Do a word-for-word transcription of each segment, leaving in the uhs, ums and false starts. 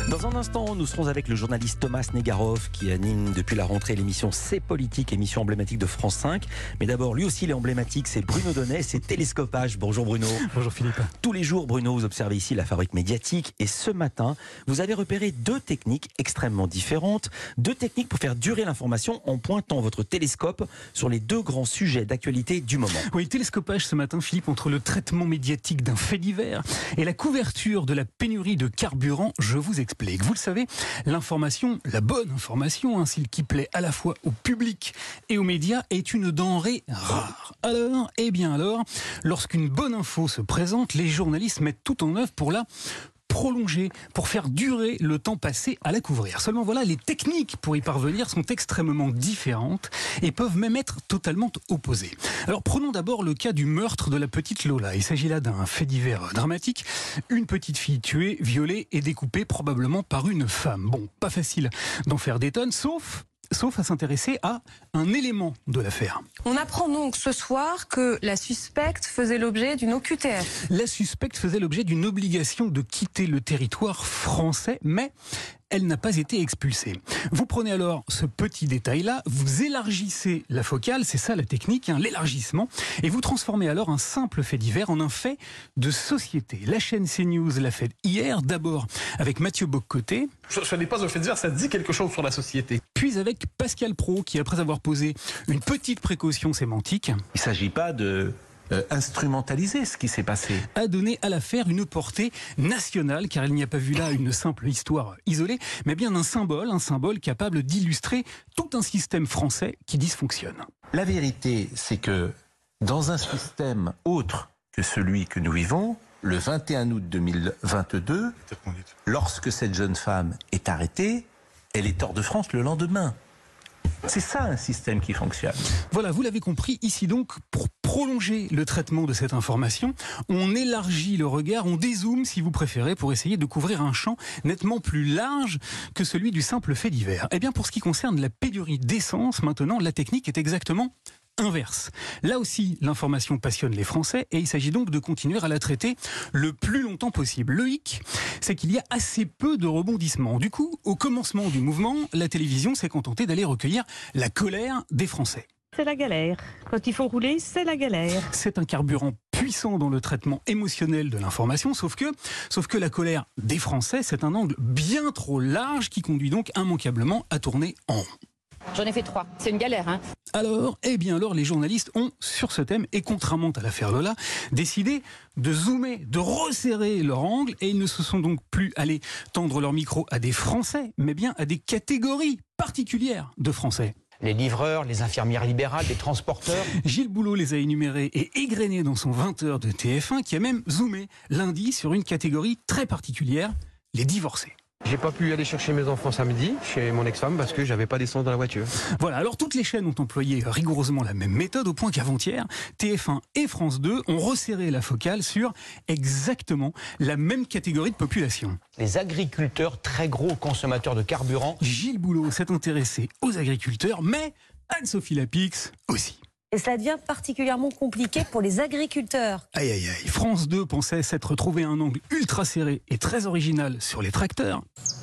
Dans un instant, nous serons avec le journaliste Thomas Negaroff qui anime depuis la rentrée l'émission C'est Politique, émission emblématique de France cinq. Mais d'abord, lui aussi il est emblématique, c'est Bruno Donnet, c'est Télescopage. Bonjour Bruno. Bonjour Philippe. Tous les jours, Bruno, vous observez ici la fabrique médiatique et ce matin, vous avez repéré deux techniques extrêmement différentes, deux techniques pour faire durer l'information en pointant votre télescope sur les deux grands sujets d'actualité du moment. Oui, Télescopage ce matin, Philippe, entre le traitement médiatique d'un fait divers et la couverture de la pénurie de carburant, je vous explique. Vous le savez, l'information, la bonne information, hein, celle qui plaît à la fois au public et aux médias, est une denrée rare. Alors, eh bien alors, lorsqu'une bonne info se présente, les journalistes mettent tout en œuvre pour la prolonger, pour faire durer le temps passé à la couvrir. Seulement voilà, les techniques pour y parvenir sont extrêmement différentes et peuvent même être totalement opposées. Alors prenons d'abord le cas du meurtre de la petite Lola. Il s'agit là d'un fait divers dramatique. Une petite fille tuée, violée et découpée probablement par une femme. Bon, pas facile d'en faire des tonnes, sauf... sauf à s'intéresser à un élément de l'affaire. On apprend donc ce soir que la suspecte faisait l'objet d'une O Q T F. La suspecte faisait l'objet d'une obligation de quitter le territoire français, mais elle n'a pas été expulsée. Vous prenez alors ce petit détail-là, vous élargissez la focale, c'est ça la technique, hein, l'élargissement, et vous transformez alors un simple fait divers en un fait de société. La chaîne CNews l'a fait hier, d'abord avec Mathieu Bock-Côté. Ce, ce n'est pas un fait divers, ça dit quelque chose sur la société. Puis avec Pascal Praud, qui après avoir posé une petite précaution sémantique... Il ne s'agit pas de... Euh, instrumentaliser ce qui s'est passé. A donné à l'affaire une portée nationale, car il n'y a pas vu là une simple histoire isolée, mais bien un symbole, un symbole capable d'illustrer tout un système français qui dysfonctionne. La vérité, c'est que dans un système autre que celui que nous vivons, le vingt et un août deux mille vingt-deux, lorsque cette jeune femme est arrêtée, elle est hors de France le lendemain. C'est ça un système qui fonctionne. Voilà, vous l'avez compris, ici donc, pour prolonger le traitement de cette information, on élargit le regard, on dézoome si vous préférez, pour essayer de couvrir un champ nettement plus large que celui du simple fait divers. Eh bien, pour ce qui concerne la pénurie d'essence, maintenant, la technique est exactement inverse. Là aussi, l'information passionne les Français et il s'agit donc de continuer à la traiter le plus longtemps possible. Le hic, c'est qu'il y a assez peu de rebondissements. Du coup, au commencement du mouvement, la télévision s'est contentée d'aller recueillir la colère des Français. C'est la galère. Quand il faut rouler, c'est la galère. C'est un carburant puissant dans le traitement émotionnel de l'information, sauf que, sauf que la colère des Français, c'est un angle bien trop large qui conduit donc immanquablement à tourner en rond. J'en ai fait trois. C'est une galère, hein. Alors, eh bien alors, les journalistes ont, sur ce thème, et contrairement à l'affaire Lola, décidé de zoomer, de resserrer leur angle, et ils ne se sont donc plus allés tendre leur micro à des Français, mais bien à des catégories particulières de Français. Les livreurs, les infirmières libérales, les transporteurs. Gilles Boulot les a énumérés et égrenés dans son vingt heures de T F un, qui a même zoomé lundi sur une catégorie très particulière, les divorcés. J'ai pas pu aller chercher mes enfants samedi chez mon ex-femme parce que j'avais pas d'essence dans la voiture. Voilà, alors toutes les chaînes ont employé rigoureusement la même méthode au point qu'avant-hier, T F un et France deux ont resserré la focale sur exactement la même catégorie de population. Les agriculteurs, très gros consommateurs de carburant. Gilles Boulot s'est intéressé aux agriculteurs, mais Anne-Sophie Lapix aussi. Et cela devient particulièrement compliqué pour les agriculteurs. Aïe aïe aïe, France deux pensait s'être trouvé un angle ultra serré et très original sur les tracteurs.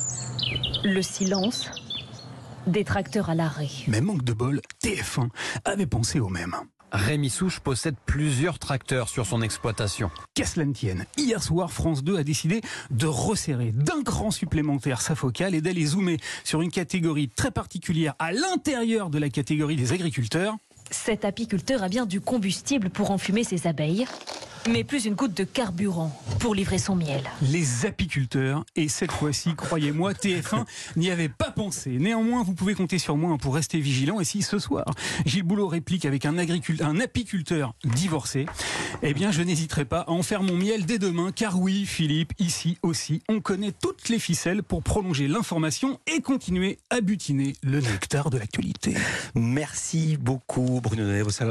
Le silence des tracteurs à l'arrêt. Mais manque de bol, T F un avait pensé au même. Rémi Souche possède plusieurs tracteurs sur son exploitation. Qu'à cela ne tienne, hier soir, France deux a décidé de resserrer d'un cran supplémentaire sa focale et d'aller zoomer sur une catégorie très particulière à l'intérieur de la catégorie des agriculteurs. Cet apiculteur a bien du combustible pour enfumer ses abeilles, mais plus une goutte de carburant pour livrer son miel. Les apiculteurs, et cette fois-ci, croyez-moi, T F un n'y avait pas pensé. Néanmoins, vous pouvez compter sur moi pour rester vigilant. Et si ce soir, Gilles Boulot réplique avec un, un apiculteur divorcé, eh bien, je n'hésiterai pas à en faire mon miel dès demain. Car oui, Philippe, ici aussi, on connaît toutes les ficelles pour prolonger l'information et continuer à butiner le nectar de l'actualité. Merci beaucoup, Bruno Donnet.